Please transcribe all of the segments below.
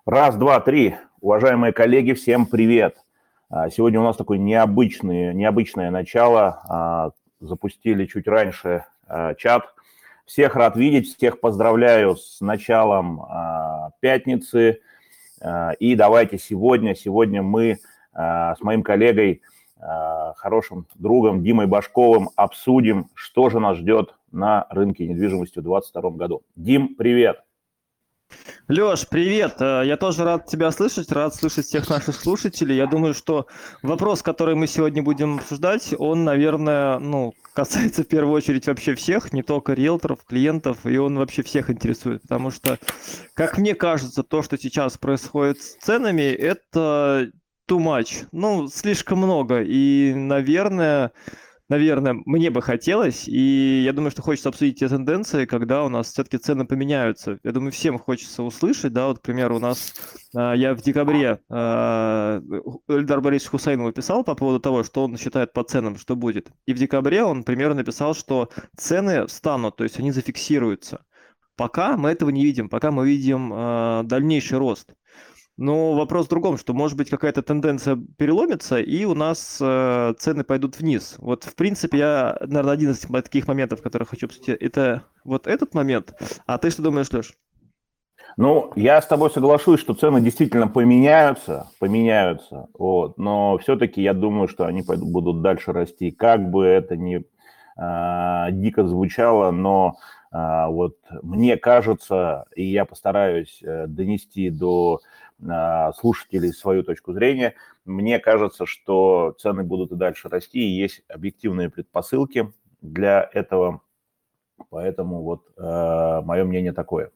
Раз, два, три. Уважаемые коллеги, всем привет. Сегодня у нас такое необычное начало. Запустили чуть раньше чат. Всех рад видеть, всех поздравляю с началом пятницы. И давайте сегодня мы с моим коллегой, хорошим другом Димой Башковым обсудим, что же нас ждет на рынке недвижимости в 2022 году. Дим, привет. Леш, привет! Я тоже рад тебя слышать, рад слышать всех наших слушателей. Я думаю, что вопрос, который мы сегодня будем обсуждать, он, наверное, касается в первую очередь вообще всех, не только риэлторов, клиентов, и он вообще всех интересует. Потому что, как мне кажется, то, что сейчас происходит с ценами, это too much, слишком много. И, наверное, мне бы хотелось, и я думаю, что хочется обсудить те тенденции, когда у нас все-таки цены поменяются. Я думаю, всем хочется услышать, да, вот, к примеру, у нас, я в декабре Эльдар Борисович Хусейнову писал по поводу того, что он считает по ценам, что будет. И в декабре он примерно написал, что цены встанут, то есть они зафиксируются. Пока мы этого не видим, пока мы видим дальнейший рост. Но вопрос в другом, что, может быть, какая-то тенденция переломится, и у нас цены пойдут вниз. Вот, в принципе, я, наверное, один из таких моментов, которые хочу обсудить, это вот этот момент. А ты что думаешь, Леш? Я с тобой соглашусь, что цены действительно поменяются, вот, но все-таки я думаю, что они будут дальше расти. Как бы это ни дико звучало, но вот мне кажется, и я постараюсь донести до слушателей свою точку зрения, мне кажется, что цены будут и дальше расти, и есть объективные предпосылки для этого, поэтому вот мое мнение такое.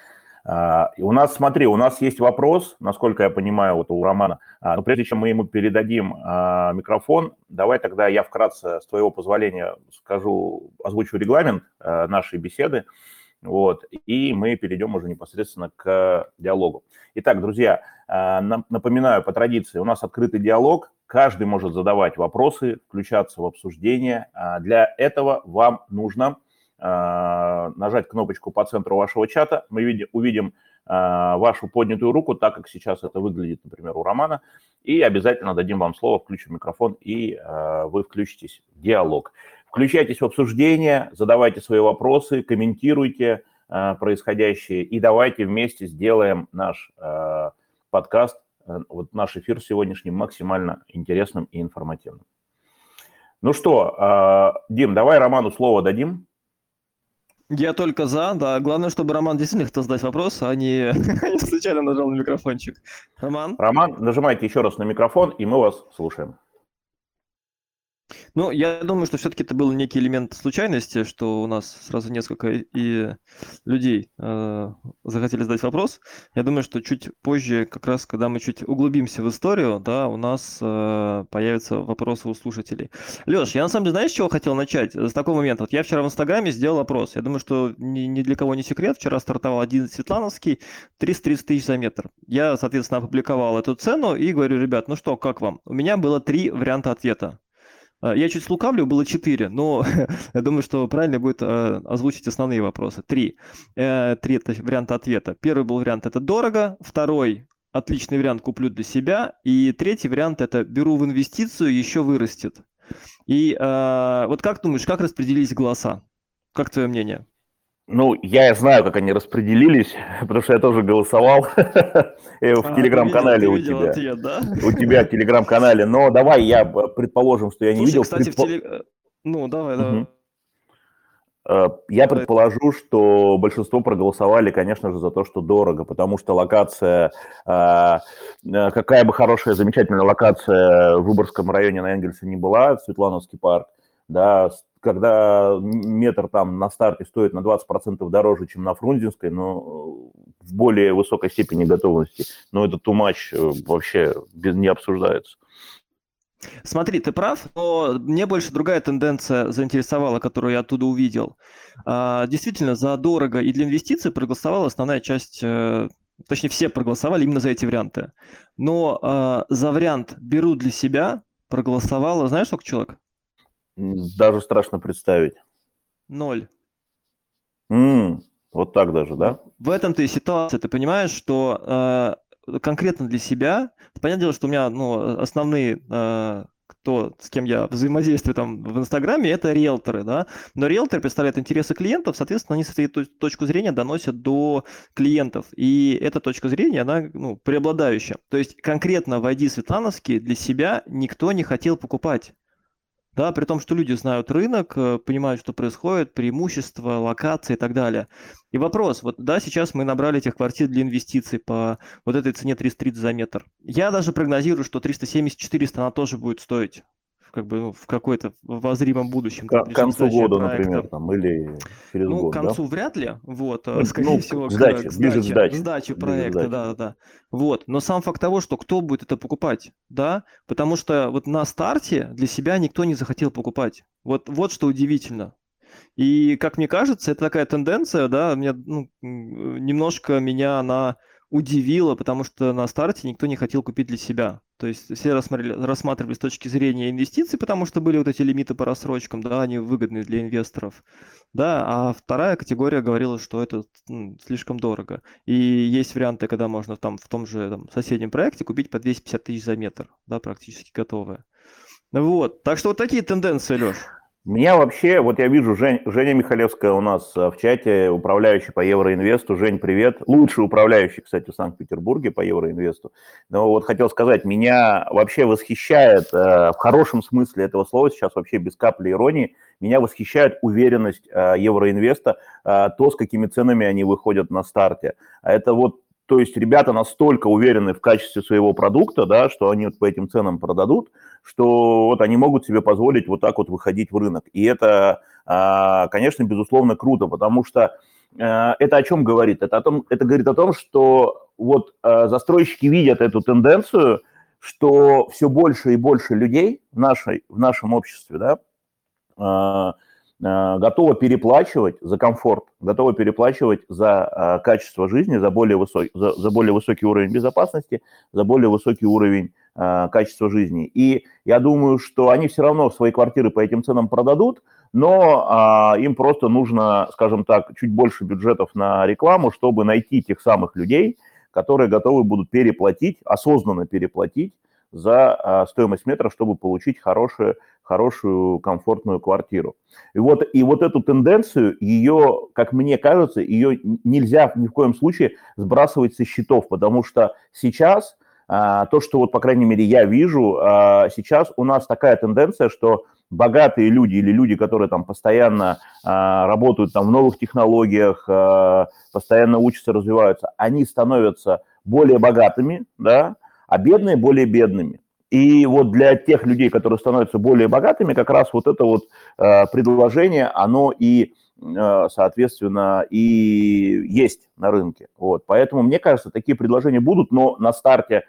У нас есть вопрос, насколько я понимаю, вот у Романа, но прежде чем мы ему передадим микрофон, давай тогда я вкратце, с твоего позволения, озвучу регламент нашей беседы, вот, и мы перейдем уже непосредственно к диалогу. Итак, друзья, напоминаю, по традиции у нас открытый диалог, каждый может задавать вопросы, включаться в обсуждение. Для этого вам нужно нажать кнопочку по центру вашего чата, мы увидим вашу поднятую руку, так как сейчас это выглядит, например, у Романа, и обязательно дадим вам слово, включим микрофон, и вы включитесь в диалог. Включайтесь в обсуждение, задавайте свои вопросы, комментируйте происходящее, и давайте вместе сделаем наш подкаст, вот наш эфир сегодняшний максимально интересным и информативным. Ну что, Дим, давай Роману слово дадим. Я только за, да. Главное, чтобы Роман действительно хотел задать вопрос, а не случайно нажал на микрофончик. Роман, нажимайте еще раз на микрофон, и мы вас слушаем. Я думаю, что все-таки это был некий элемент случайности, что у нас сразу несколько людей захотели задать вопрос. Я думаю, что чуть позже, как раз когда мы чуть углубимся в историю, да, у нас появятся вопросы у слушателей. Леш, я на самом деле, знаешь, с чего хотел начать? С такого момента. Вот я вчера в Инстаграме сделал опрос. Я думаю, что ни для кого не секрет. Вчера стартовал 11 Светлановский, 330 тысяч за метр. Я, соответственно, опубликовал эту цену и говорю, ребят, ну что, как вам? У меня было 3 варианта ответа. Я чуть слукавлю, было 4, но я думаю, что правильно будет озвучить основные вопросы. 3 варианта ответа. Первый был вариант – это дорого. Второй – отличный вариант – куплю для себя. И третий вариант – это беру в инвестицию, еще вырастет. И вот как думаешь, как распределились голоса? Как твое мнение? Я знаю, как они распределились, потому что я тоже голосовал в телеграм-канале у тебя. Ответ, да? У тебя в телеграм-канале. Но давай я предположим, что я не видел. Кстати, давай. Я предположу, что большинство проголосовали, конечно же, за то, что дорого, потому что локация, какая бы хорошая, замечательная локация в Выборгском районе на Энгельсе не была, Светлановский парк, да, когда метр там на старте стоит на 20% дороже, чем на Фрунзенской, но в более высокой степени готовности. Но это too much вообще не обсуждается. Смотри, ты прав, но мне больше другая тенденция заинтересовала, которую я оттуда увидел. Действительно, за дорого и для инвестиций проголосовала основная часть, точнее все проголосовали именно за эти варианты. Но за вариант «беру для себя» проголосовало, знаешь, сколько человек? Даже страшно представить. 0. Вот так даже, да? В этом-то и ситуация. Ты понимаешь, что конкретно для себя, понятное дело, что у меня, основные, с кем я взаимодействую там в Инстаграме, это риэлторы, да, но риэлторы представляют интересы клиентов, соответственно, они свою точку зрения доносят до клиентов, и эта точка зрения, она, преобладающая. То есть конкретно в ID Светлановский для себя никто не хотел покупать. Да, при том, что люди знают рынок, понимают, что происходит, преимущества, локации и так далее. И вопрос, вот да, сейчас мы набрали этих квартир для инвестиций по вот этой цене 330 за метр. Я даже прогнозирую, что 370-400 она тоже будет стоить в какой-то воззримом будущем. К концу года, например, там, или через год, к концу вряд ли, скорее всего, к сдаче, ближе к сдаче. Сдаче проекта, да. Вот, но сам факт того, что кто будет это покупать, да, потому что вот на старте для себя никто не захотел покупать. Вот что удивительно. И, как мне кажется, это такая тенденция, да, немножко меня она удивила, потому что на старте никто не хотел купить для себя. То есть все рассматривали с точки зрения инвестиций, потому что были вот эти лимиты по рассрочкам, да, они выгодны для инвесторов. Да, а вторая категория говорила, что это слишком дорого. И есть варианты, когда можно там в том же соседнем проекте купить по 250 тысяч за метр, да, практически готовые. Вот, так что вот такие тенденции, Леш. Меня вообще, вот я вижу, Женя Михалевская у нас в чате, управляющий по Евроинвесту. Жень, привет. Лучший управляющий, кстати, в Санкт-Петербурге по Евроинвесту. Но вот хотел сказать, меня вообще восхищает, в хорошем смысле этого слова, сейчас вообще без капли иронии, меня восхищает уверенность Евроинвеста, то, с какими ценами они выходят на старте. А это вот, то есть ребята настолько уверены в качестве своего продукта, да, что они вот по этим ценам продадут, что вот они могут себе позволить вот так вот выходить в рынок. И это, конечно, безусловно, круто, потому что это о чем говорит? Это говорит о том, что вот застройщики видят эту тенденцию, что все больше и больше людей в нашем обществе, да, готовы переплачивать за комфорт, готовы переплачивать за качество жизни, за более высокий уровень безопасности, за более высокий уровень качества жизни. И я думаю, что они все равно свои квартиры по этим ценам продадут, но им просто нужно, скажем так, чуть больше бюджетов на рекламу, чтобы найти тех самых людей, которые готовы будут переплатить, осознанно переплатить за стоимость метра, чтобы получить хорошую, комфортную квартиру. И вот эту тенденцию, ее, как мне кажется, ее нельзя ни в коем случае сбрасывать со счетов, потому что сейчас, то, что вот, по крайней мере, я вижу, сейчас у нас такая тенденция, что богатые люди или люди, которые там постоянно работают там в новых технологиях, постоянно учатся, развиваются, они становятся более богатыми, да, а бедные более бедными. И вот для тех людей, которые становятся более богатыми, как раз вот это вот предложение, оно и, соответственно, и есть на рынке. Вот. Поэтому, мне кажется, такие предложения будут, но на старте,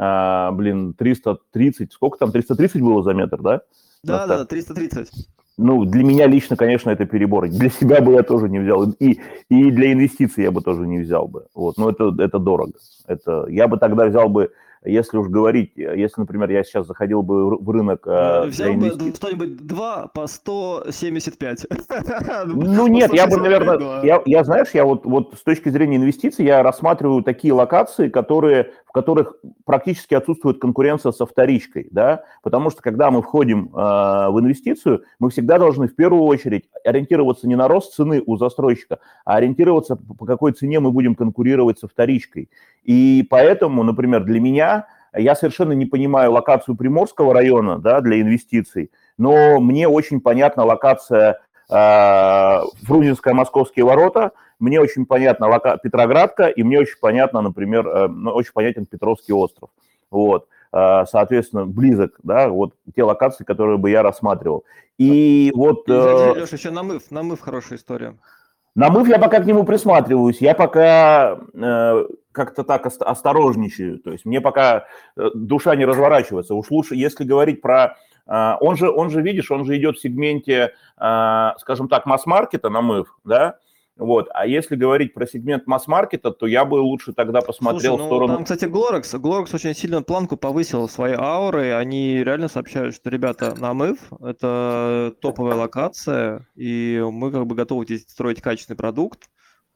330, сколько там, 330 было за метр, да? Да, 330. Ну, для меня лично, конечно, это перебор. Для себя бы я тоже не взял. И для инвестиций я бы тоже не взял бы. Вот. Но это дорого. Я бы тогда взял бы, если уж говорить, если, например, я сейчас заходил бы в рынок... Взял бы что-нибудь 2 по 175. Ну, нет, я бы, наверное... Я знаешь, я вот с точки зрения инвестиций, я рассматриваю такие локации, в которых практически отсутствует конкуренция со вторичкой, да, потому что, когда мы входим в инвестицию, мы всегда должны в первую очередь ориентироваться не на рост цены у застройщика, а ориентироваться, по какой цене мы будем конкурировать со вторичкой. И поэтому, например, для меня, я совершенно не понимаю локацию Приморского района, да, для инвестиций, но мне очень понятна локация Фрунзенская, Московские ворота, мне очень понятна Петроградка, и мне очень понятно, например, очень понятен Петровский остров. Вот, соответственно, близок, да, вот те локации, которые бы я рассматривал. И вот... Леша, еще намыв хорошая история. Намыв я пока к нему присматриваюсь, я пока как-то так осторожничаю, то есть мне пока душа не разворачивается. Уж лучше, если говорить про... Он же, видишь, он же идет в сегменте, скажем так, масс-маркета, намыв, да? Вот. А если говорить про сегмент масс-маркета, то я бы лучше тогда посмотрел в сторону... Там, кстати, Glorex очень сильно планку повысил своей аурой. Они реально сообщают, что, ребята, намыв – это топовая локация, и мы как бы готовы здесь строить качественный продукт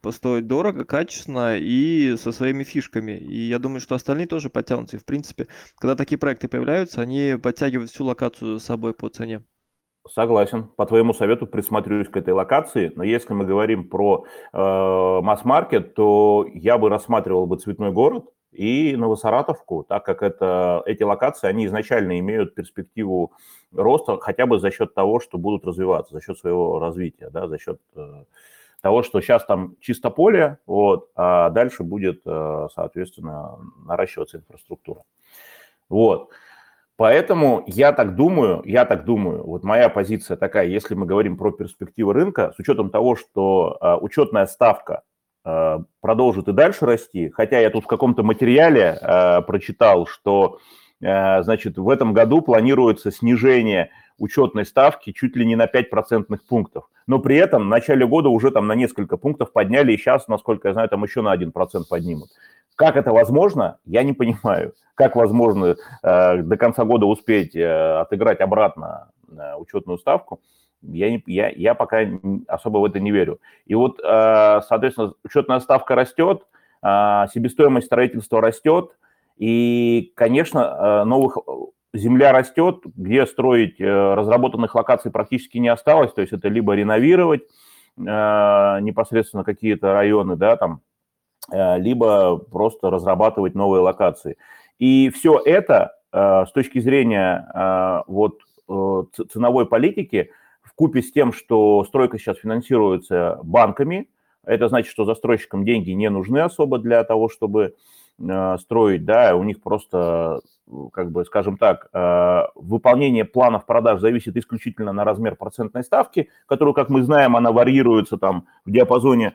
стоить дорого, качественно и со своими фишками. И я думаю, что остальные тоже подтянутся. И, в принципе, когда такие проекты появляются, они подтягивают всю локацию с собой по цене. Согласен. По твоему совету присмотрюсь к этой локации. Но если мы говорим про масс-маркет, то я бы рассматривал бы Цветной город и Новосаратовку, так как эти локации, они изначально имеют перспективу роста хотя бы за счет того, что будут развиваться, за счет своего развития, да, за счет того, что сейчас там чисто поле, вот, а дальше будет, соответственно, наращиваться инфраструктура. Вот. Поэтому я так думаю, вот моя позиция такая, если мы говорим про перспективы рынка, с учетом того, что учетная ставка продолжит и дальше расти, хотя я тут в каком-то материале прочитал, что, значит, в этом году планируется снижение учетной ставки чуть ли не на 5 процентных пунктов, но при этом в начале года уже там на несколько пунктов подняли, и сейчас, насколько я знаю, там еще на 1% поднимут. Как это возможно, я не понимаю. Как возможно до конца года успеть отыграть обратно учетную ставку, я пока особо в это не верю. И вот, соответственно, учетная ставка растет, себестоимость строительства растет, и, конечно, земля растет, где строить разработанных локаций практически не осталось, то есть это либо реновировать непосредственно какие-то районы, да, там, либо просто разрабатывать новые локации. И все это с точки зрения вот ценовой политики вкупе с тем, что стройка сейчас финансируется банками, это значит, что застройщикам деньги не нужны особо для того, чтобы строить, да, у них просто, как бы, скажем так, выполнение планов продаж зависит исключительно на размер процентной ставки, которую, как мы знаем, она варьируется там в диапазоне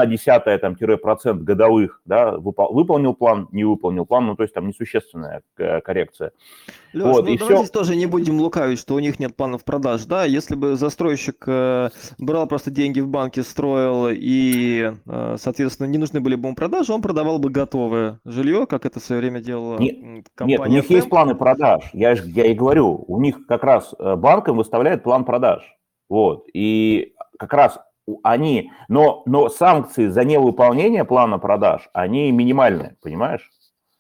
0,1% годовых, да, выполнил план, не выполнил план, ну, то есть там несущественная коррекция. Леш, Вот, ну и давай все. здесь тоже не будем лукавить, что у них нет планов продаж, да, если бы застройщик брал просто деньги в банке, строил и, соответственно, не нужны были бы ему продажи, он продавал бы готовое жилье, как это в свое время делала компания. Нет, у них есть планы продаж, я и говорю, у них как раз банкам выставляют план продаж, вот, и как раз они, но санкции за невыполнение плана продаж, они минимальные, понимаешь?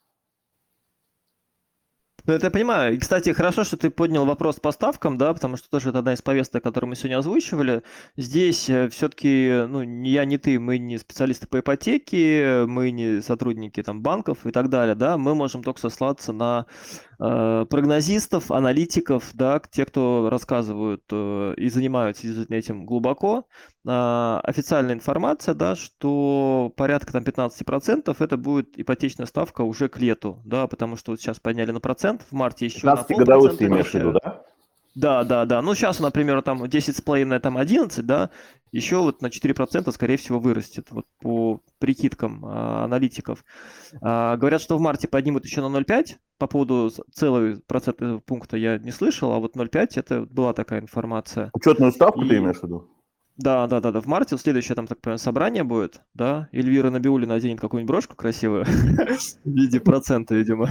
Ну, это я понимаю. И, кстати, хорошо, что ты поднял вопрос по ставкам, да, потому что тоже это одна из повесток, которую мы сегодня озвучивали. Здесь все-таки, ну, ни я, ни ты, мы не специалисты по ипотеке, мы не сотрудники там банков и так далее, да, мы можем только сослаться на прогнозистов, аналитиков, да, те, кто рассказывают и занимаются этим глубоко. Официальная информация, да, что порядка там 15% это будет ипотечная ставка уже к лету, да, потому что вот сейчас подняли на процент, в марте еще на 15-годовых ты имеешь в виду, да? Да. Ну, сейчас, например, там 10,5, там 11, да, еще вот на 4%, скорее всего, вырастет, вот по прикидкам аналитиков. Говорят, что в марте поднимут еще на 0,5, по поводу целого процентного пункта я не слышал, а вот 0,5 это была такая информация. Учетную ставку ты имеешь в виду? Да, в марте следующее там, так понимаю, собрание будет, да? Эльвира Набиуллина наденет какую-нибудь брошку красивую в виде процента, видимо.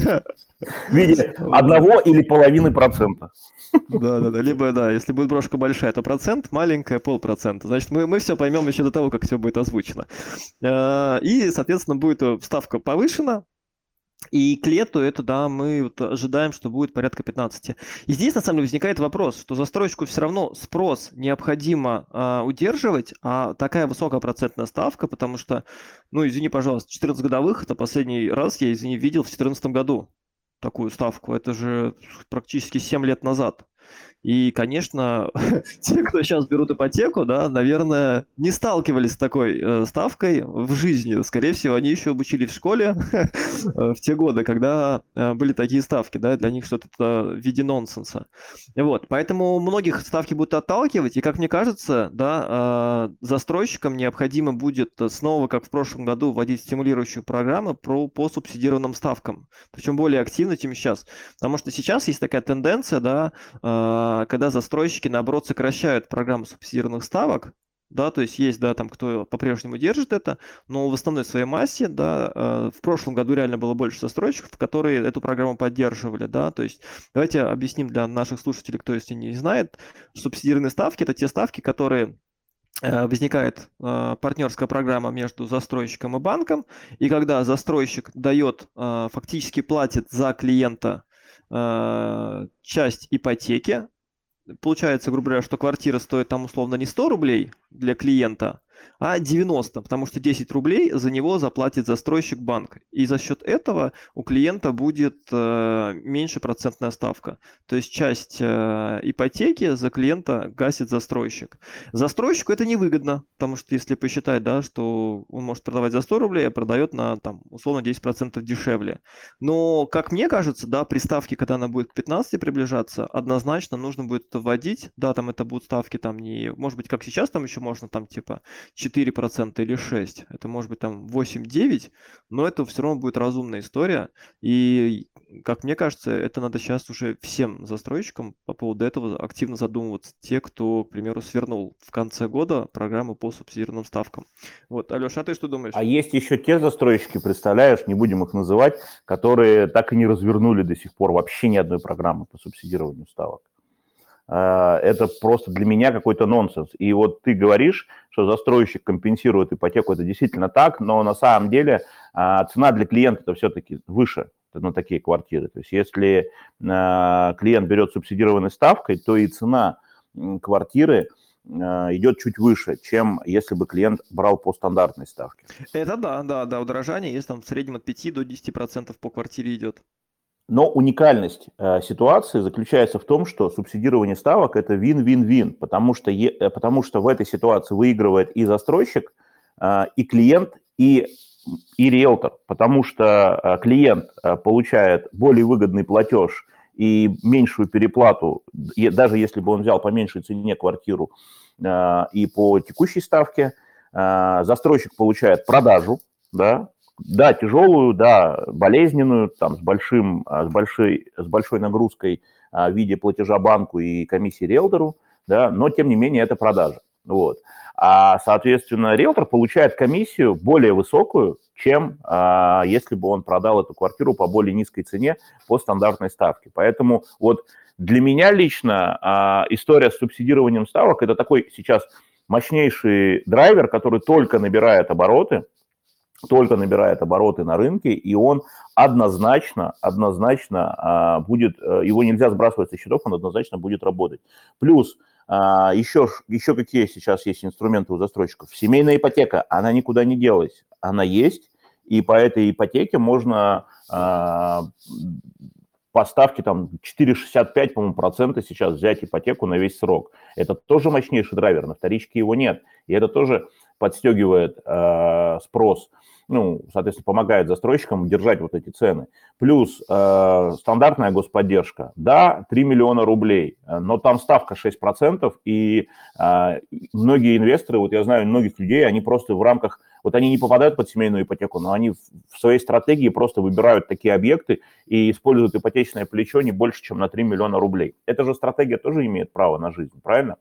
В виде 1 или 0,5%. Да. Либо, да, если будет брошка большая, то процент, маленькая, 0,5%. Значит, мы все поймем еще до того, как все будет озвучено. И, соответственно, будет ставка повышена. И к лету это, да, мы вот ожидаем, что будет порядка 15. И здесь, на самом деле, возникает вопрос, что застройщику все равно спрос необходимо удерживать, а такая высокая процентная ставка, потому что, ну, извини, пожалуйста, 14 годовых, это последний раз я, извини, видел в 2014 году такую ставку. Это же практически 7 лет назад. И, конечно, те, кто сейчас берут ипотеку, да, наверное, не сталкивались с такой ставкой в жизни. Скорее всего, они еще обучили в школе в те годы, когда были такие ставки, да, для них что-то в виде нонсенса. Вот, поэтому многих ставки будут отталкивать, и, как мне кажется, да, застройщикам необходимо будет снова, как в прошлом году, вводить стимулирующую программу по субсидированным ставкам, причем более активно, чем сейчас. Потому что сейчас есть такая тенденция, да, когда застройщики, наоборот, сокращают программу субсидированных ставок, да, то есть, да, там, кто по-прежнему держит это, но в основной своей массе, да, в прошлом году реально было больше застройщиков, которые эту программу поддерживали, да, то есть давайте объясним для наших слушателей, кто если не знает, субсидированные ставки – это те ставки, которые возникает партнерская программа между застройщиком и банком, и когда застройщик дает, фактически платит за клиента часть ипотеки, получается, грубо говоря, что квартира стоит там условно не 100 рублей для клиента, а 90, потому что 10 рублей за него заплатит застройщик банк. И за счет этого у клиента будет меньше процентная ставка. То есть часть ипотеки за клиента гасит застройщик. Застройщику это невыгодно, потому что если посчитать, да, что он может продавать за 100 рублей, а продает на там, условно 10% дешевле. Но, как мне кажется, да, при ставке, когда она будет к 15 приближаться, однозначно нужно будет вводить, да, там это будут ставки там не, может быть, как сейчас там еще можно там типа 4% или 6%, это может быть там 8-9%, но это все равно будет разумная история, и, как мне кажется, это надо сейчас уже всем застройщикам по поводу этого активно задумываться, те, кто, к примеру, свернул в конце года программу по субсидированным ставкам. Вот, Алеша, а ты что думаешь? А есть еще те застройщики, представляешь, не будем их называть, которые так и не развернули до сих пор вообще ни одной программы по субсидированию ставок. Это просто для меня какой-то нонсенс. И вот ты говоришь, что застройщик компенсирует ипотеку, это действительно так, но на самом деле цена для клиента-то все-таки выше на такие квартиры. То есть если клиент берет субсидированной ставкой, то и цена квартиры идет чуть выше, чем если бы клиент брал по стандартной ставке. Это да, удорожание есть там в среднем от 5 до 10% по квартире идет. Но уникальность ситуации заключается в том, что субсидирование ставок – это вин-вин-вин, потому что в этой ситуации выигрывает и застройщик, и клиент, и риэлтор, потому что клиент получает более выгодный платеж и меньшую переплату, даже если бы он взял по меньшей цене квартиру и по текущей ставке, застройщик получает продажу, да, тяжелую, да, болезненную, там, с большой нагрузкой в виде платежа банку и комиссии риэлтору, да, но, тем не менее, это продажа. Вот. А, соответственно, риэлтор получает комиссию более высокую, чем если бы он продал эту квартиру по более низкой цене по стандартной ставке. Поэтому вот для меня лично история с субсидированием ставок – это такой сейчас мощнейший драйвер, который только набирает обороты на рынке, и он однозначно будет, его нельзя сбрасывать со счетов, он однозначно будет работать. Плюс еще какие сейчас есть инструменты у застройщиков. Семейная ипотека, она никуда не делась, она есть, и по этой ипотеке можно по ставке там 4,65, по-моему, процента сейчас взять ипотеку на весь срок. Это тоже мощнейший драйвер, на вторичке его нет, и это тоже подстегивает спрос. Ну, соответственно, помогает застройщикам держать вот эти цены. Плюс стандартная господдержка, да, 3 миллиона рублей, но там ставка 6%, и многие инвесторы, вот я знаю многих людей, они просто в рамках, вот они не попадают под семейную ипотеку, но они в своей стратегии просто выбирают такие объекты и используют ипотечное плечо не больше, чем на 3 миллиона рублей. Эта же стратегия тоже имеет право на жизнь, правильно?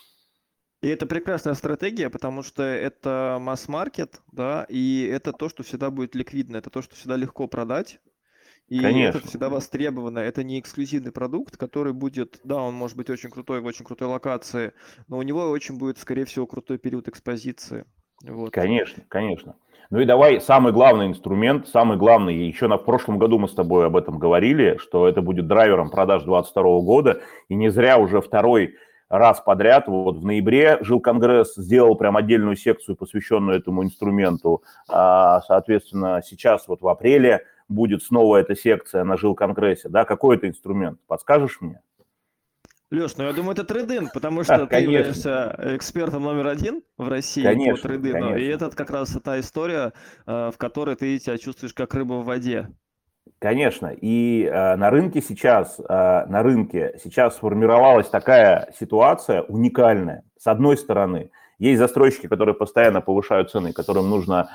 И это прекрасная стратегия, потому что это масс-маркет, да, и это то, что всегда будет ликвидно, это то, что всегда легко продать, и Конечно. это всегда востребовано. Это не эксклюзивный продукт, который будет, да, он может быть очень крутой в очень крутой локации, но у него очень будет, скорее всего, крутой период экспозиции. Вот. Конечно. Ну и давай самый главный инструмент, еще в прошлом году мы с тобой об этом говорили, что это будет драйвером продаж 2022 года, и не зря уже второй раз подряд, вот в ноябре Жилконгресс сделал прям отдельную секцию, посвященную этому инструменту. Соответственно, сейчас вот в апреле будет снова эта секция на Жилконгрессе. Да, какой это инструмент? Подскажешь мне? Леш, ну я думаю, это трейд-ин, потому что ты являешься экспертом номер один в России по трейд-ину. И это как раз та история, в которой ты себя чувствуешь как рыба в воде. Конечно, и на рынке сейчас сформировалась такая ситуация уникальная. С одной стороны, есть застройщики, которые постоянно повышают цены, которым нужно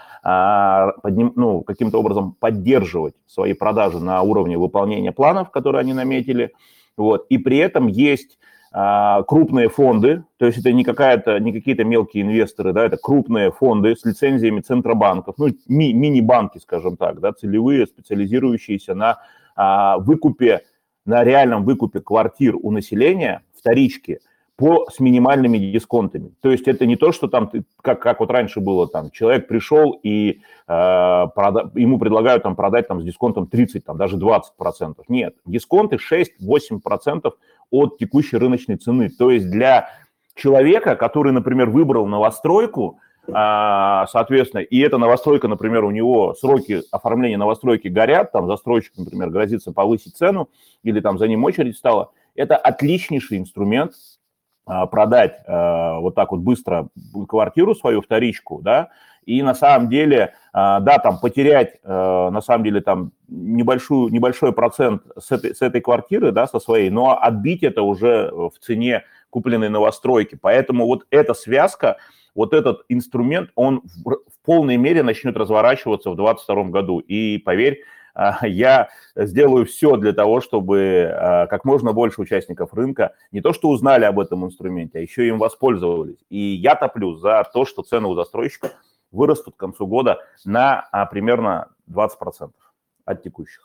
каким-то образом поддерживать свои продажи на уровне выполнения планов, которые они наметили. Вот. И при этом есть крупные фонды, то есть это не какие-то мелкие инвесторы, да, это крупные фонды с лицензиями центробанков, ну, мини-банки, скажем так, да, целевые, специализирующиеся на реальном выкупе квартир у населения, вторички, с минимальными дисконтами. То есть это не то, что там, как вот раньше было, там человек пришел и ему предлагают там продать там с дисконтом 30, там даже 20%. Нет, дисконты 6-8% от текущей рыночной цены. То есть для человека, который, например, выбрал новостройку, соответственно, и эта новостройка, например, у него сроки оформления новостройки горят, там застройщик, например, грозится повысить цену, или там за ним очередь стала, это отличнейший инструмент продать вот так вот быстро квартиру свою, вторичку, да, и на самом деле, да, там потерять, на самом деле, там небольшой процент с этой квартиры, да, со своей, но отбить это уже в цене купленной новостройки. Поэтому вот эта связка, вот этот инструмент, он в полной мере начнет разворачиваться в 2022 году. И поверь, я сделаю все для того, чтобы как можно больше участников рынка не то что узнали об этом инструменте, а еще им воспользовались. И я топлю за то, что цены у застройщиков вырастут к концу года на примерно 20% от текущих.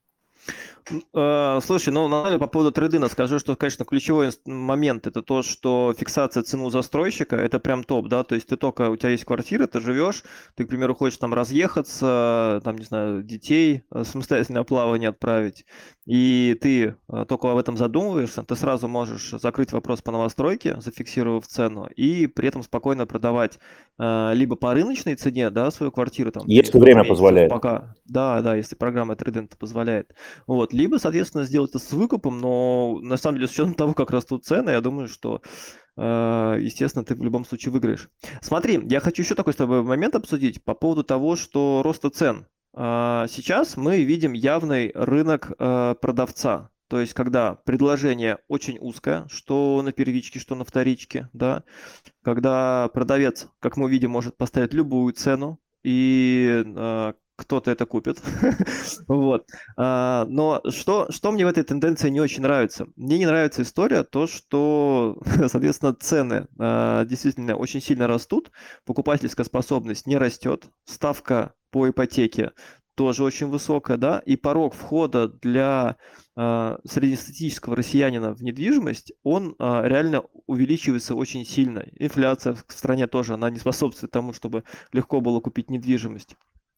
Слушай, ну, по поводу трейдина скажу, что, конечно, ключевой момент – это то, что фиксация цены у застройщика – это прям топ, да, то есть у тебя есть квартира, ты живешь, ты, к примеру, хочешь там разъехаться, там, не знаю, детей самостоятельное плавание отправить, и ты только об этом задумываешься, ты сразу можешь закрыть вопрос по новостройке, зафиксировав цену, и при этом спокойно продавать либо по рыночной цене, да, свою квартиру. Там, если время позволяет. Да, если программа трейдинг позволяет. Вот. Либо, соответственно, сделать это с выкупом, но на самом деле с учетом того, как растут цены, я думаю, что, естественно, ты в любом случае выиграешь. Смотри, я хочу еще такой с тобой момент обсудить по поводу того, что роста цен. Сейчас мы видим явный рынок продавца. То есть, когда предложение очень узкое, что на первичке, что на вторичке, да, когда продавец, как мы видим, может поставить любую цену, и кто-то это купит. Вот. Но что мне в этой тенденции не очень нравится? Мне не нравится история, то, что, соответственно, цены действительно очень сильно растут, покупательская способность не растет, ставка по ипотеке тоже очень высокая, да, и порог входа для среднестатистического россиянина в недвижимость, он реально увеличивается очень сильно. Инфляция в стране тоже, она не способствует тому, чтобы легко было купить недвижимость.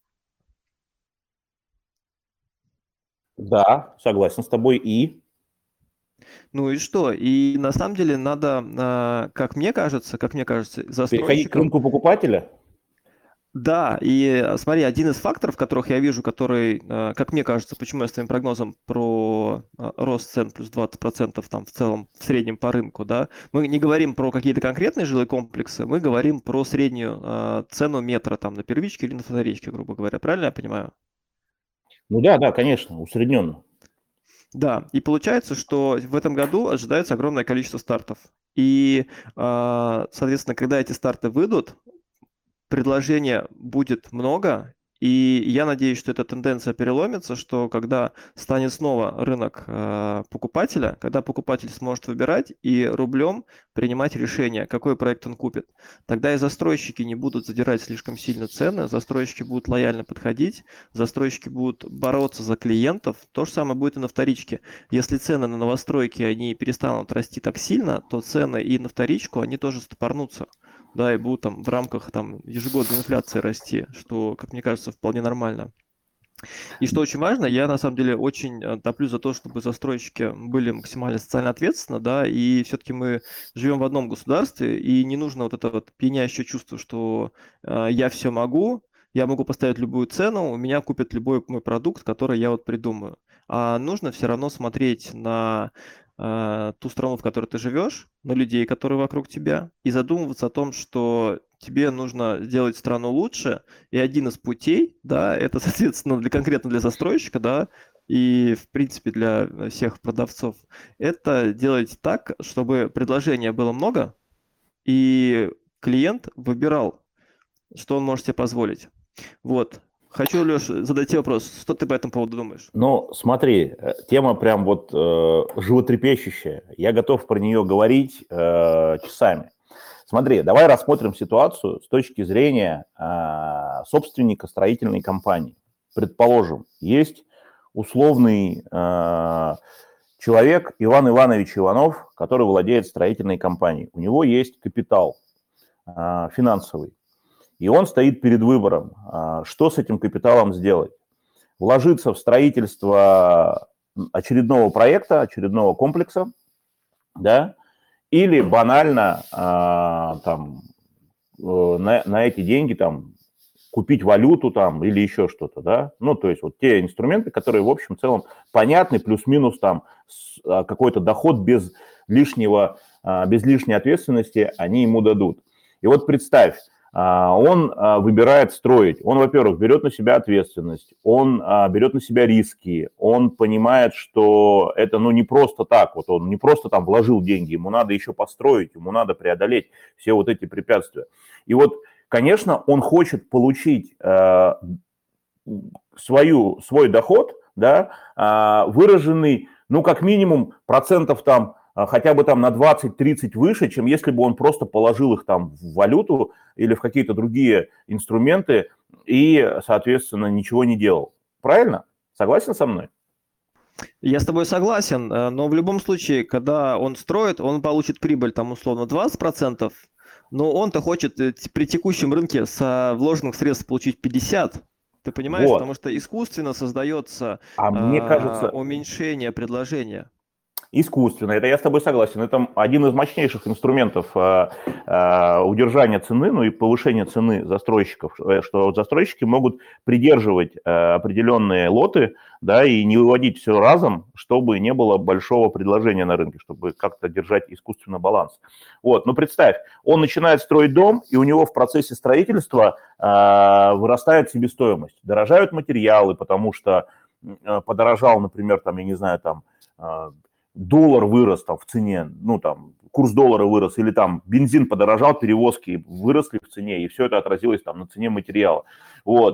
Да, согласен с тобой. И? Ну и что? И на самом деле надо, как мне кажется, застройщикам... Переходить к рынку покупателя? Да, и смотри, один из факторов, которых я вижу, который, как мне кажется, почему я с твоим прогнозом про рост цен плюс 20% там в целом, в среднем по рынку, да, мы не говорим про какие-то конкретные жилые комплексы, мы говорим про среднюю цену метра там на первичке или на вторичке, грубо говоря, правильно я понимаю? Ну да, конечно, усредненно. Да, и получается, что в этом году ожидается огромное количество стартов. И, соответственно, когда эти старты выйдут, предложения будет много, и я надеюсь, что эта тенденция переломится, что когда станет снова рынок покупателя, когда покупатель сможет выбирать и рублем принимать решение, какой проект он купит, тогда и застройщики не будут задирать слишком сильно цены, застройщики будут лояльно подходить, застройщики будут бороться за клиентов. То же самое будет и на вторичке. Если цены на новостройки они перестанут расти так сильно, то цены и на вторичку они тоже стопорнутся. Да, и будут там в рамках там ежегодной инфляции расти, что, как мне кажется, вполне нормально. И что очень важно, я на самом деле очень топлю за то, чтобы застройщики были максимально социально ответственны, да, и все-таки мы живем в одном государстве, и не нужно вот это вот пьянящее чувство, что я все могу, я могу поставить любую цену, у меня купят любой мой продукт, который я вот придумаю. А нужно все равно смотреть на ту страну, в которой ты живешь, на людей, которые вокруг тебя, и задумываться о том, что тебе нужно сделать страну лучше, и один из путей, да, это, соответственно, конкретно для застройщика, да, и, в принципе, для всех продавцов, это делать так, чтобы предложения было много, и клиент выбирал, что он может себе позволить. Вот. Хочу, Леш, задать тебе вопрос. Что ты по этому поводу думаешь? Ну, смотри, тема прям вот животрепещущая. Я готов про нее говорить часами. Смотри, давай рассмотрим ситуацию с точки зрения собственника строительной компании. Предположим, есть условный человек Иван Иванович Иванов, который владеет строительной компанией. У него есть капитал финансовый. И он стоит перед выбором, что с этим капиталом сделать. Вложиться в строительство очередного проекта, очередного комплекса, да, или банально там, на эти деньги там, купить валюту там, или еще что-то, да, ну, то есть вот те инструменты, которые в общем целом понятны, плюс-минус там какой-то доход без лишней ответственности они ему дадут. И вот представь, он выбирает строить, он, во-первых, берет на себя ответственность, он берет на себя риски, он понимает, что это, ну, не просто так, вот он не просто там вложил деньги, ему надо еще построить, ему надо преодолеть все вот эти препятствия. И вот, конечно, он хочет получить свой доход, да, выраженный, ну, как минимум, процентов там, хотя бы там на 20-30 выше, чем если бы он просто положил их там в валюту или в какие-то другие инструменты и, соответственно, ничего не делал. Правильно? Согласен со мной? Я с тобой согласен, но в любом случае, когда он строит, он получит прибыль там условно 20%, но он-то хочет при текущем рынке с вложенных средств получить 50%. Ты понимаешь? Вот. Потому что искусственно создается мне кажется, уменьшение предложения. Искусственно, это я с тобой согласен. Это один из мощнейших инструментов удержания цены, ну и повышения цены застройщиков, что застройщики могут придерживать определенные лоты, да, и не выводить все разом, чтобы не было большого предложения на рынке, чтобы как-то держать искусственно баланс. Вот, ну представь, он начинает строить дом, и у него в процессе строительства вырастает себестоимость. Дорожают материалы, потому что подорожал, например, там, я не знаю, там, доллар вырос там в цене, ну там курс доллара вырос, или там бензин подорожал, перевозки выросли в цене, и все это отразилось там на цене материала. Вот.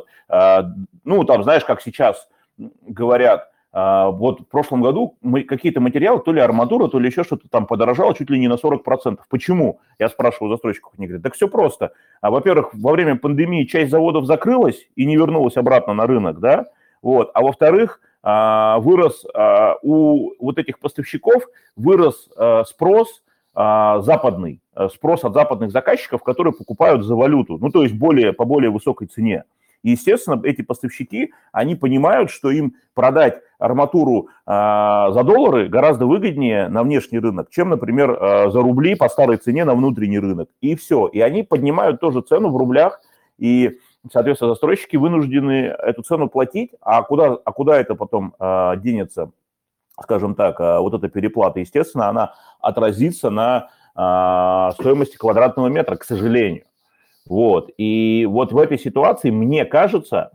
Ну там, знаешь, как сейчас говорят, вот в прошлом году какие-то материалы, то ли арматура, то ли еще что-то там подорожало чуть ли не на 40%. Почему? Я спрашиваю застройщиков, они говорят, так все просто. Во-первых, во время пандемии часть заводов закрылась и не вернулась обратно на рынок, да, вот, а во-вторых, вырос у вот этих поставщиков, вырос спрос западный, спрос от западных заказчиков, которые покупают за валюту, ну, то есть по более высокой цене. И, естественно, эти поставщики, они понимают, что им продать арматуру за доллары гораздо выгоднее на внешний рынок, чем, например, за рубли по старой цене на внутренний рынок. И все. И они поднимают тоже цену в рублях, и соответственно, застройщики вынуждены эту цену платить, а куда это потом денется, скажем так, вот эта переплата, естественно, она отразится на стоимости квадратного метра, к сожалению. Вот, и вот в этой ситуации мне кажется,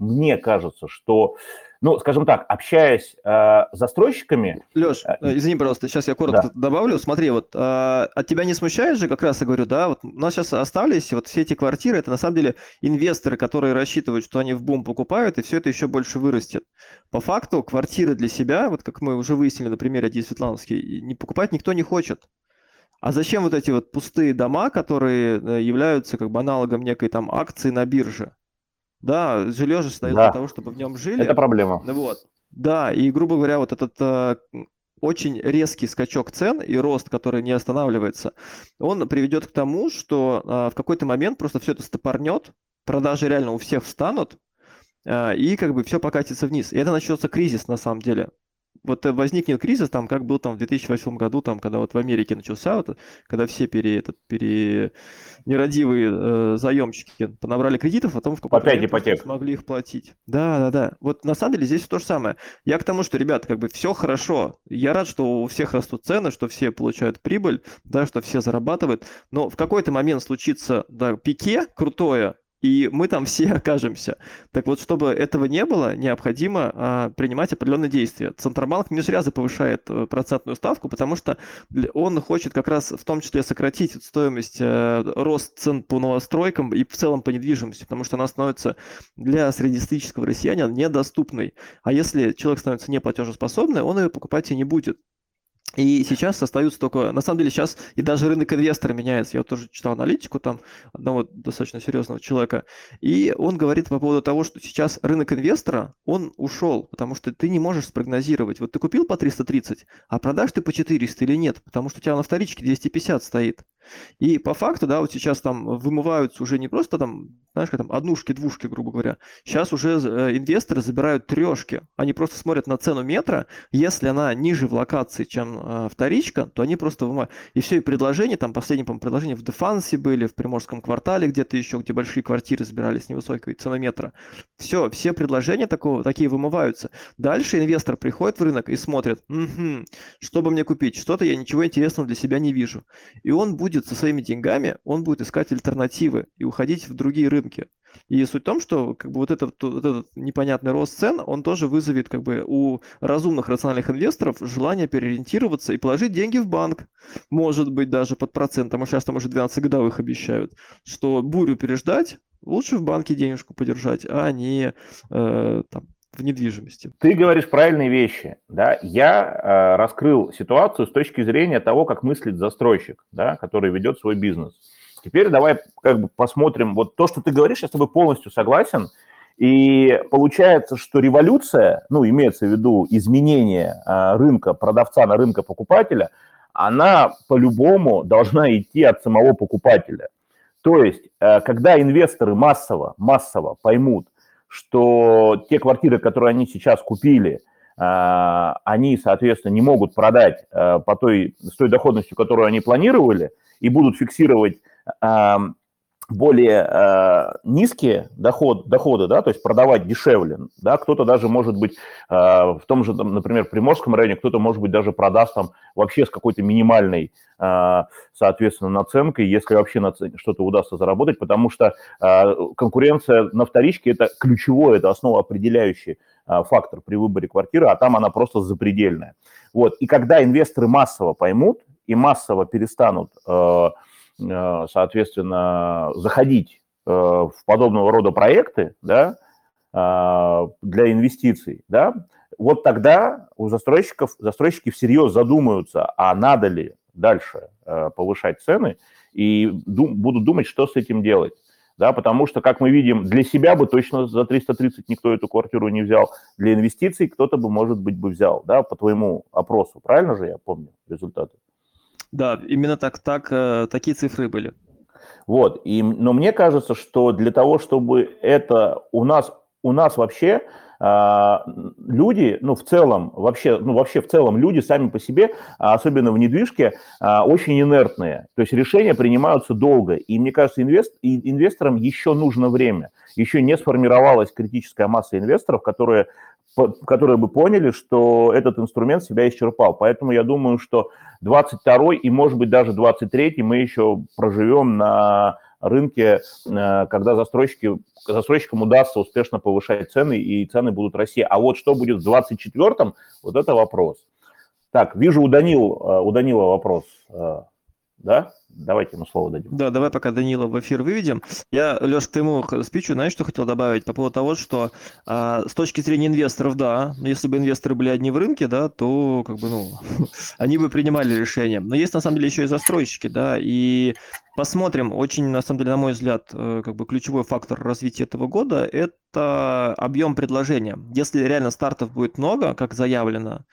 что, ну, скажем так, общаясь с застройщиками... Леш, извини, пожалуйста, сейчас я коротко добавлю. Смотри, вот от тебя не смущает же, как раз я говорю, да, вот у нас сейчас остались вот все эти квартиры, это на самом деле инвесторы, которые рассчитывают, что они в бум покупают, и все это еще больше вырастет. По факту квартиры для себя, вот как мы уже выяснили на примере Ади Светлановской, не покупать никто не хочет. А зачем вот эти вот пустые дома, которые являются как бы аналогом некой там акции на бирже? Да, жилье же создают для того, чтобы в нем жили. Это проблема. Вот. Да, и, грубо говоря, вот этот очень резкий скачок цен и рост, который не останавливается, он приведет к тому, что в какой-то момент просто все это стопорнет, продажи реально у всех встанут, и как бы все покатится вниз. И это начнется кризис на самом деле. Вот возникнет кризис, там, как был там в 2008 году, там, когда вот в Америке начался, вот, когда все нерадивые заемщики понабрали кредитов, а потом в какой-то момент не смогли их платить. Да. Вот на самом деле здесь то же самое. Я к тому, что, ребята, как бы все хорошо. Я рад, что у всех растут цены, что все получают прибыль, да, что все зарабатывают. Но в какой-то момент случится, да, пике крутое, и мы там все окажемся. Так вот, чтобы этого не было, необходимо принимать определенные действия. Центробанк не зря повышает процентную ставку, потому что он хочет как раз в том числе сократить стоимость, рост цен по новостройкам и в целом по недвижимости, потому что она становится для среднестатистического россиянина недоступной. А если человек становится неплатежеспособным, он ее покупать и не будет. И сейчас остаются только, на самом деле сейчас и даже рынок инвестора меняется. Я вот тоже читал аналитику там одного достаточно серьезного человека, и он говорит по поводу того, что сейчас рынок инвестора, он ушел, потому что ты не можешь спрогнозировать. Вот ты купил по 330, а продашь ты по 400 или нет, потому что у тебя на вторичке 250 стоит. И по факту, да, вот сейчас там вымываются уже не просто там, знаешь, как там однушки, двушки, грубо говоря. Сейчас уже инвесторы забирают трешки. Они просто смотрят на цену метра. Если она ниже в локации, чем вторичка, то они просто вымывают. И все, и предложения, там последние, по-моему, предложения в Дефансе были, в Приморском квартале где-то еще, где большие квартиры забирались невысокой ценой метра. Все предложения такие вымываются. Дальше инвестор приходит в рынок и смотрит, что бы мне купить, что-то я ничего интересного для себя не вижу. И он будет со своими деньгами, он будет искать альтернативы и уходить в другие рынки. И суть в том, что как бы вот этот непонятный рост цен, он тоже вызовет как бы у разумных рациональных инвесторов желание переориентироваться и положить деньги в банк. Может быть, даже под процентом, а сейчас там уже 12 годовых обещают, что бурю переждать, лучше в банке денежку подержать, а не там, в недвижимости. Ты говоришь правильные вещи, да. Я раскрыл ситуацию с точки зрения того, как мыслит застройщик, да, который ведет свой бизнес. Теперь давай как бы посмотрим, вот то, что ты говоришь, я с тобой полностью согласен, и получается, что революция, ну, имеется в виду изменение рынка продавца на рынка покупателя, она по-любому должна идти от самого покупателя. То есть, когда инвесторы массово поймут, что те квартиры, которые они сейчас купили, они, соответственно, не могут продать с той доходностью, которую они планировали, и будут фиксировать более низкие доходы, да, то есть продавать дешевле, да, кто-то даже, может быть, в том же, например, Приморском районе, кто-то, может быть, даже продаст там вообще с какой-то минимальной, соответственно, наценкой, если вообще что-то удастся заработать, потому что конкуренция на вторичке – это ключевой, это основоопределяющий фактор при выборе квартиры, а там она просто запредельная. Вот. И когда инвесторы массово поймут и массово перестанут соответственно, заходить в подобного рода проекты, да, для инвестиций, да, вот тогда у застройщики всерьез задумаются, а надо ли дальше повышать цены, и будут думать, что с этим делать. Да, потому что, как мы видим, для себя бы точно за 330 никто эту квартиру не взял, для инвестиций кто-то бы, может быть, бы взял, да, по твоему опросу. Правильно же я помню результаты? Да, именно такие цифры были. Вот, но мне кажется, что для того, чтобы это у нас вообще люди, ну, в целом, вообще в целом люди сами по себе, особенно в недвижке, очень инертные. То есть решения принимаются долго. И мне кажется, инвесторам еще нужно время. Еще не сформировалась критическая масса инвесторов, которые бы поняли, что этот инструмент себя исчерпал. Поэтому я думаю, что 22-й и, может быть, даже 23-й мы еще проживем на рынке, когда застройщикам удастся успешно повышать цены, и цены будут расти. А вот что будет в 24-м, вот это вопрос. Так, вижу у Данила вопрос. Да? Давайте ему слово дадим. Да, давай пока Данила в эфир выведем. Я, Леш, к твоему спичу, знаешь, что хотел добавить по поводу того, что с точки зрения инвесторов, да, если бы инвесторы были одни в рынке, да, то как бы, ну, они бы принимали решения. Но есть на самом деле еще и застройщики, да, и посмотрим, очень, на самом деле, на мой взгляд, как бы ключевой фактор развития этого года – это объем предложения. Если реально стартов будет много, как заявлено,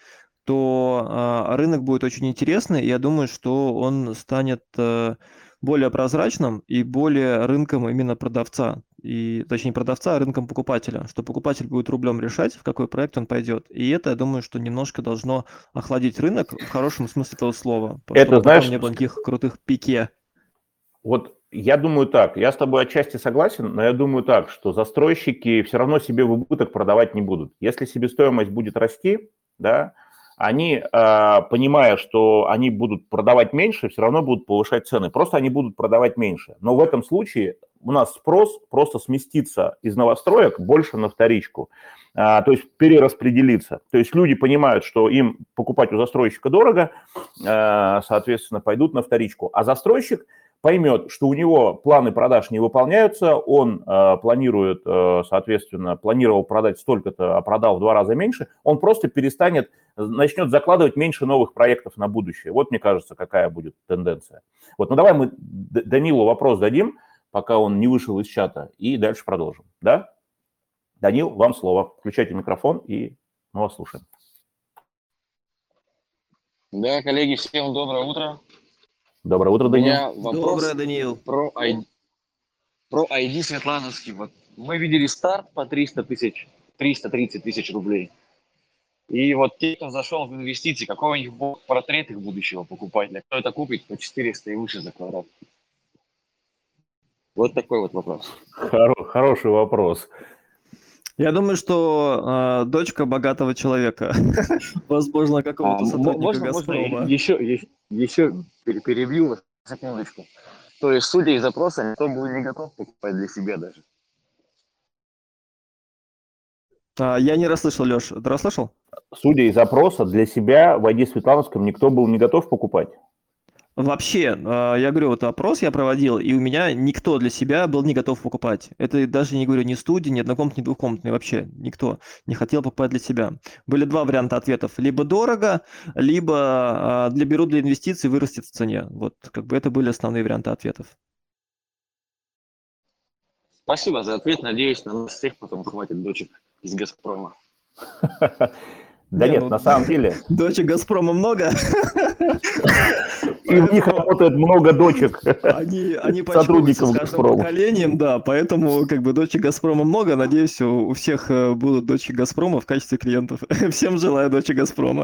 то рынок будет очень интересный, и я думаю, что он станет более прозрачным и более рынком именно продавца, точнее продавца, а рынком покупателя, что покупатель будет рублем решать, в какой проект он пойдет. И это, я думаю, что немножко должно охладить рынок в хорошем смысле этого слова, это, знаешь, потом не было никаких крутых пике. Вот я думаю так, я с тобой отчасти согласен, но я думаю так, что застройщики все равно себе в убыток продавать не будут. Если себестоимость будет расти, да, они, понимая, что они будут продавать меньше, все равно будут повышать цены. Просто они будут продавать меньше. Но в этом случае у нас спрос просто сместится из новостроек больше на вторичку. То есть перераспределиться. То есть люди понимают, что им покупать у застройщика дорого, соответственно, пойдут на вторичку. А застройщик поймет, что у него планы продаж не выполняются, он планирует, соответственно, планировал продать столько-то, а продал в 2 раза меньше, он просто начнет закладывать меньше новых проектов на будущее. Вот, мне кажется, какая будет тенденция. Вот, ну давай мы Данилу вопрос дадим, пока он не вышел из чата, и дальше продолжим. Да? Данил, вам слово. Включайте микрофон, и мы вас слушаем. Да, коллеги, всем доброе утро. Доброе утро, У Данил. меня вопрос Доброе, Даниил. про ID Светлановский. Вот мы видели старт по 330 тысяч рублей. И вот те, кто зашел в инвестиции, какой у них будет портрет их будущего покупателя? Кто это купит по 400 и выше за квадрат? Вот такой вот вопрос. Хороший вопрос. Я думаю, что дочка богатого человека, возможно, какого-то сотрудника Можно «Газпрома». еще перебью вас на секундочку. То есть, судя из запроса, никто был не готов покупать для себя даже. Я не расслышал, Леш. Ты расслышал? Судя из запроса, для себя в ID Светлановском никто был не готов покупать. Вообще, я говорю, вот опрос я проводил, и у меня никто для себя был не готов покупать. Это даже не говорю ни студии, ни однокомнатные, ни двухкомнатные, вообще никто не хотел покупать для себя. Были 2 варианта ответов. Либо дорого, либо беру для инвестиций, вырастет в цене. Вот как бы это были основные варианты ответов. Спасибо за ответ. Надеюсь, на нас всех потом хватит дочек из «Газпрома». Да нет, на самом деле. Дочек «Газпрома» много. И в них работает много дочек. Они сотрудников с каждым «Газпрома». поколением, да, поэтому как бы дочек «Газпрома» много. Надеюсь, у всех будут дочки «Газпрома» в качестве клиентов. Всем желаю дочек «Газпрома».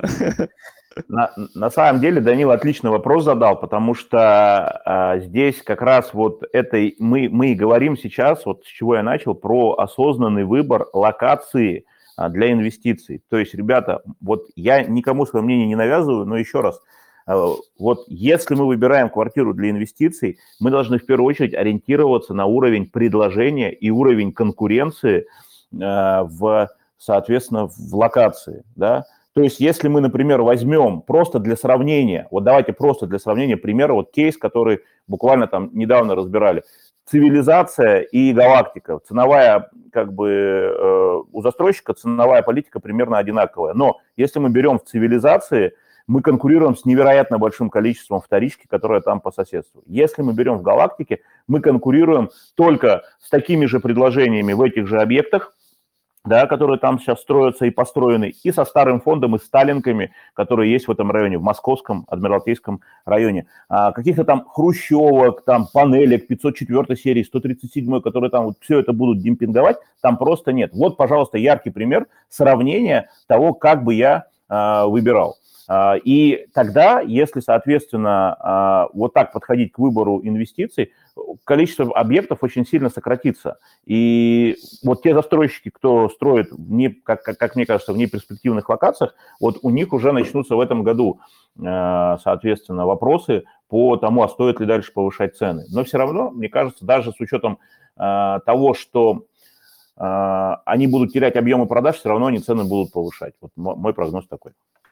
На самом деле Данил отличный вопрос задал, потому что здесь как раз вот мы и говорим сейчас, вот с чего я начал, про осознанный выбор локации для инвестиций. То есть, ребята, вот я никому свое мнение не навязываю, но еще раз, вот если мы выбираем квартиру для инвестиций, мы должны в первую очередь ориентироваться на уровень предложения и уровень конкуренции соответственно, в локации, да. То есть, если мы, например, возьмем просто для сравнения, вот давайте просто для сравнения пример, вот кейс, который буквально там недавно разбирали, цивилизация и галактика. Ценовая, как бы, у застройщика ценовая политика примерно одинаковая. Но если мы берем в цивилизации, мы конкурируем с невероятно большим количеством вторички, которая там по соседству. Если мы берем в галактике, мы конкурируем только с такими же предложениями в этих же объектах, да, которые там сейчас строятся и построены, и со старым фондом, и сталинками, которые есть в этом районе, в Московском, Адмиралтейском районе. Каких-то там хрущевок, там панелек 504 серии, 137, которые там вот все это будут демпинговать, там просто нет. Вот, пожалуйста, яркий пример сравнения того, как бы я выбирал. И тогда, если, соответственно, вот так подходить к выбору инвестиций, количество объектов очень сильно сократится. И вот те застройщики, кто строит, как мне кажется, в неперспективных локациях, вот у них уже начнутся в этом году, соответственно, вопросы по тому, а стоит ли дальше повышать цены. Но все равно, мне кажется, даже с учетом того, что они будут терять объемы продаж, все равно они цены будут повышать. Вот мой прогноз такой.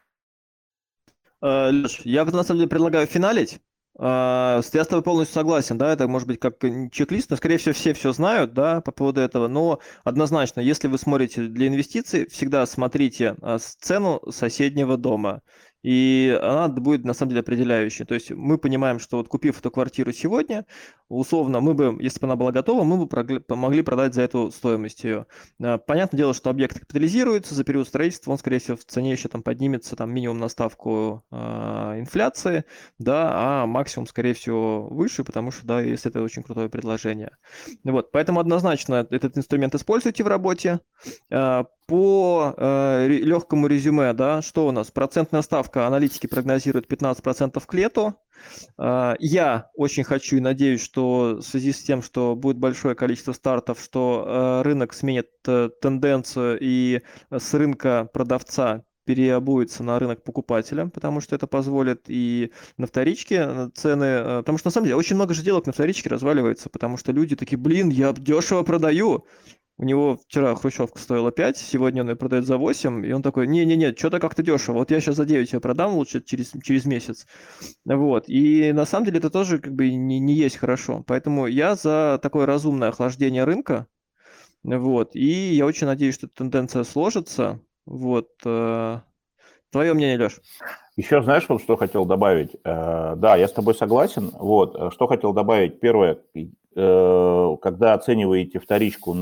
Леш, я на самом деле предлагаю финалить. Я с тобой полностью согласен, да, это может быть как чек-лист, но, скорее всего, все знают, да, по поводу этого, но однозначно, если вы смотрите для инвестиций, всегда смотрите цену соседнего дома, и она будет, на самом деле, определяющей. То есть мы понимаем, что вот купив эту квартиру сегодня, условно, мы бы, если бы она была готова, мы бы могли продать за эту стоимость ее. Понятное дело, что объект капитализируется за период строительства, он, скорее всего, в цене еще там поднимется там минимум на ставку инфляции, да, а максимум, скорее всего, выше, потому что, да, если это очень крутое предложение. Вот, поэтому однозначно этот инструмент используйте в работе. По легкому резюме, да, что у нас? Процентная ставка, аналитики прогнозируют 15% к лету. Я очень хочу и надеюсь, что в связи с тем, что будет большое количество стартов, что рынок сменит тенденцию и с рынка продавца переобуется на рынок покупателя, потому что это позволит и на вторичке цены, потому что на самом деле очень много же сделок на вторичке разваливается, потому что люди такие, блин, я дешево продаю, У него вчера хрущевка стоила 5, сегодня он ее продает за 8, и он такой, не-не-не, что-то как-то дешево, вот я сейчас за 9 ее продам лучше через месяц. Вот, и на самом деле это тоже как бы не есть хорошо, поэтому я за такое разумное охлаждение рынка, вот, и я очень надеюсь, что эта тенденция сложится, вот. Твое мнение, Леш? Еще знаешь, вот что хотел добавить? Да, я с тобой согласен. Вот, что хотел добавить. Первое, когда оцениваете вторичку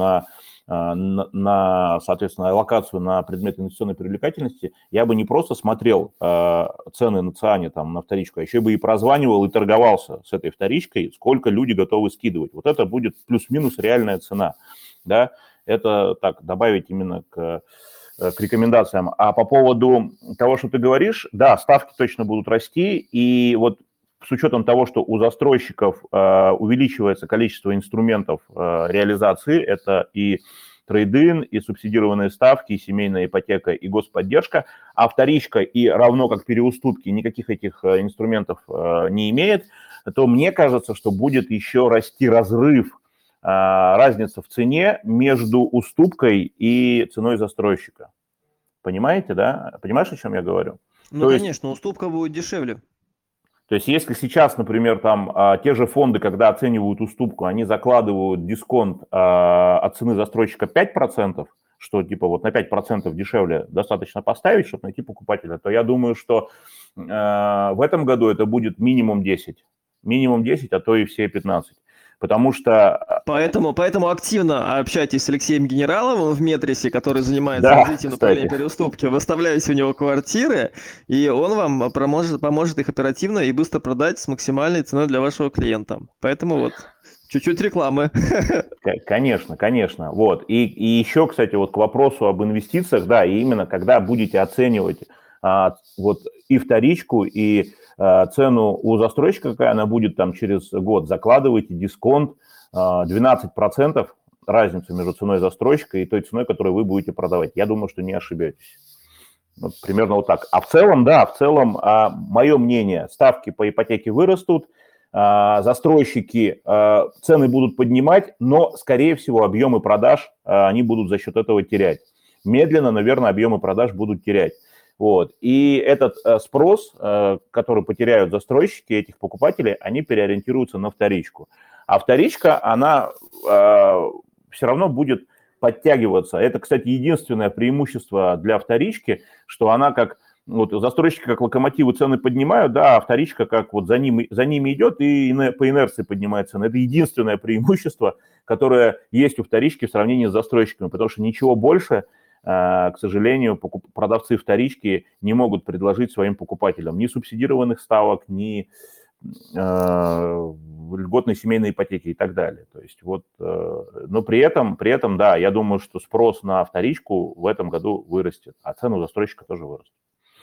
соответственно, локацию на предмет инвестиционной привлекательности, я бы не просто смотрел цены на ЦИАНе там, на вторичку, а еще бы и прозванивал, и торговался с этой вторичкой, сколько люди готовы скидывать. Вот это будет плюс-минус реальная цена. Да? Это так, добавить именно к рекомендациям. А по поводу того, что ты говоришь, да, ставки точно будут расти, и вот с учетом того, что у застройщиков увеличивается количество инструментов реализации, это и трейд-ин, и субсидированные ставки, и семейная ипотека, и господдержка, а вторичка и равно как переуступки никаких этих инструментов не имеет, то мне кажется, что будет еще расти разрыв, разница в цене между уступкой и ценой застройщика. Понимаете, да? Понимаешь, о чем я говорю? Ну, то конечно, есть, уступка будет дешевле. То есть если сейчас, например, там те же фонды, когда оценивают уступку, они закладывают дисконт от цены застройщика 5%, что типа вот на 5% дешевле достаточно поставить, чтобы найти покупателя, то я думаю, что в этом году это будет минимум 10, а то и все 15. Потому что... Поэтому активно общайтесь с Алексеем Генераловым в Метрисе, который занимается развитием направления переуступки. Выставляйте у него квартиры, и он вам поможет их оперативно и быстро продать с максимальной ценой для вашего клиента. Поэтому вот чуть-чуть рекламы. Конечно. Вот. И еще, кстати, вот к вопросу об инвестициях, да, и именно когда будете оценивать вот и вторичку, и цену у застройщика, какая она будет там через год, закладывайте дисконт 12% разницу между ценой застройщика и той ценой, которую вы будете продавать. Я думаю, что не ошибетесь. Вот примерно вот так. А в целом, мое мнение, ставки по ипотеке вырастут, застройщики цены будут поднимать, но, скорее всего, объемы продаж они будут за счет этого терять. Медленно, наверное, объемы продаж будут терять. Вот. И этот спрос, который потеряют застройщики, этих покупателей, они переориентируются на вторичку. А вторичка, она все равно будет подтягиваться. Это, кстати, единственное преимущество для вторички, что она как... Вот застройщики как локомотивы цены поднимают, да, а вторичка как вот за ними идет и по инерции поднимает цены. Это единственное преимущество, которое есть у вторички в сравнении с застройщиками, потому что ничего больше... к сожалению, продавцы вторички не могут предложить своим покупателям ни субсидированных ставок, ни льготной семейной ипотеки и так далее. То есть вот, но при этом, да, я думаю, что спрос на вторичку в этом году вырастет, а цену застройщика тоже вырастет.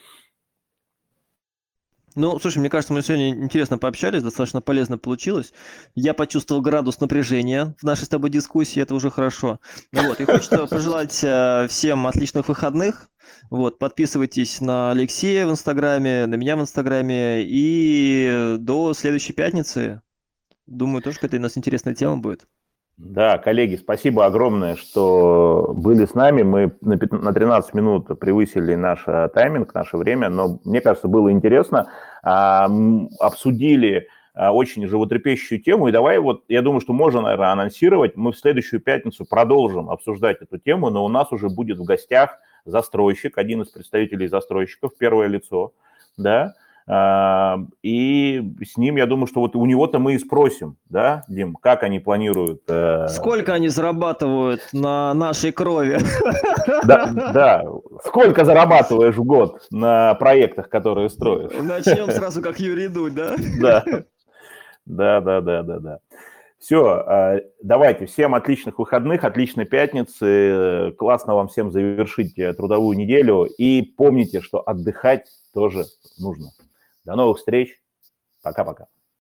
Ну, слушай, мне кажется, мы сегодня интересно пообщались, достаточно полезно получилось. Я почувствовал градус напряжения в нашей с тобой дискуссии, это уже хорошо. Вот, и хочется пожелать всем отличных выходных. Вот, подписывайтесь на Алексея в Инстаграме, на меня в Инстаграме, и до следующей пятницы. Думаю, тоже какая-то у нас интересная тема будет. Да, коллеги, спасибо огромное, что были с нами. Мы на 13 минут превысили наш тайминг, наше время, но мне кажется, было интересно. Обсудили очень животрепещущую тему. И давай вот, я думаю, что можно, наверное, анонсировать. Мы в следующую пятницу продолжим обсуждать эту тему, но у нас уже будет в гостях застройщик, один из представителей застройщиков, первое лицо, да. И с ним, я думаю, что вот у него-то мы и спросим, да, Дим, как они планируют... Сколько они зарабатывают на нашей крови? Да, сколько зарабатываешь в год на проектах, которые строишь? Начнем сразу как Юрий Дудь, да? Да. Все, давайте, всем отличных выходных, отличной пятницы, классно вам всем завершить трудовую неделю, и помните, что отдыхать тоже нужно. До новых встреч. Пока-пока.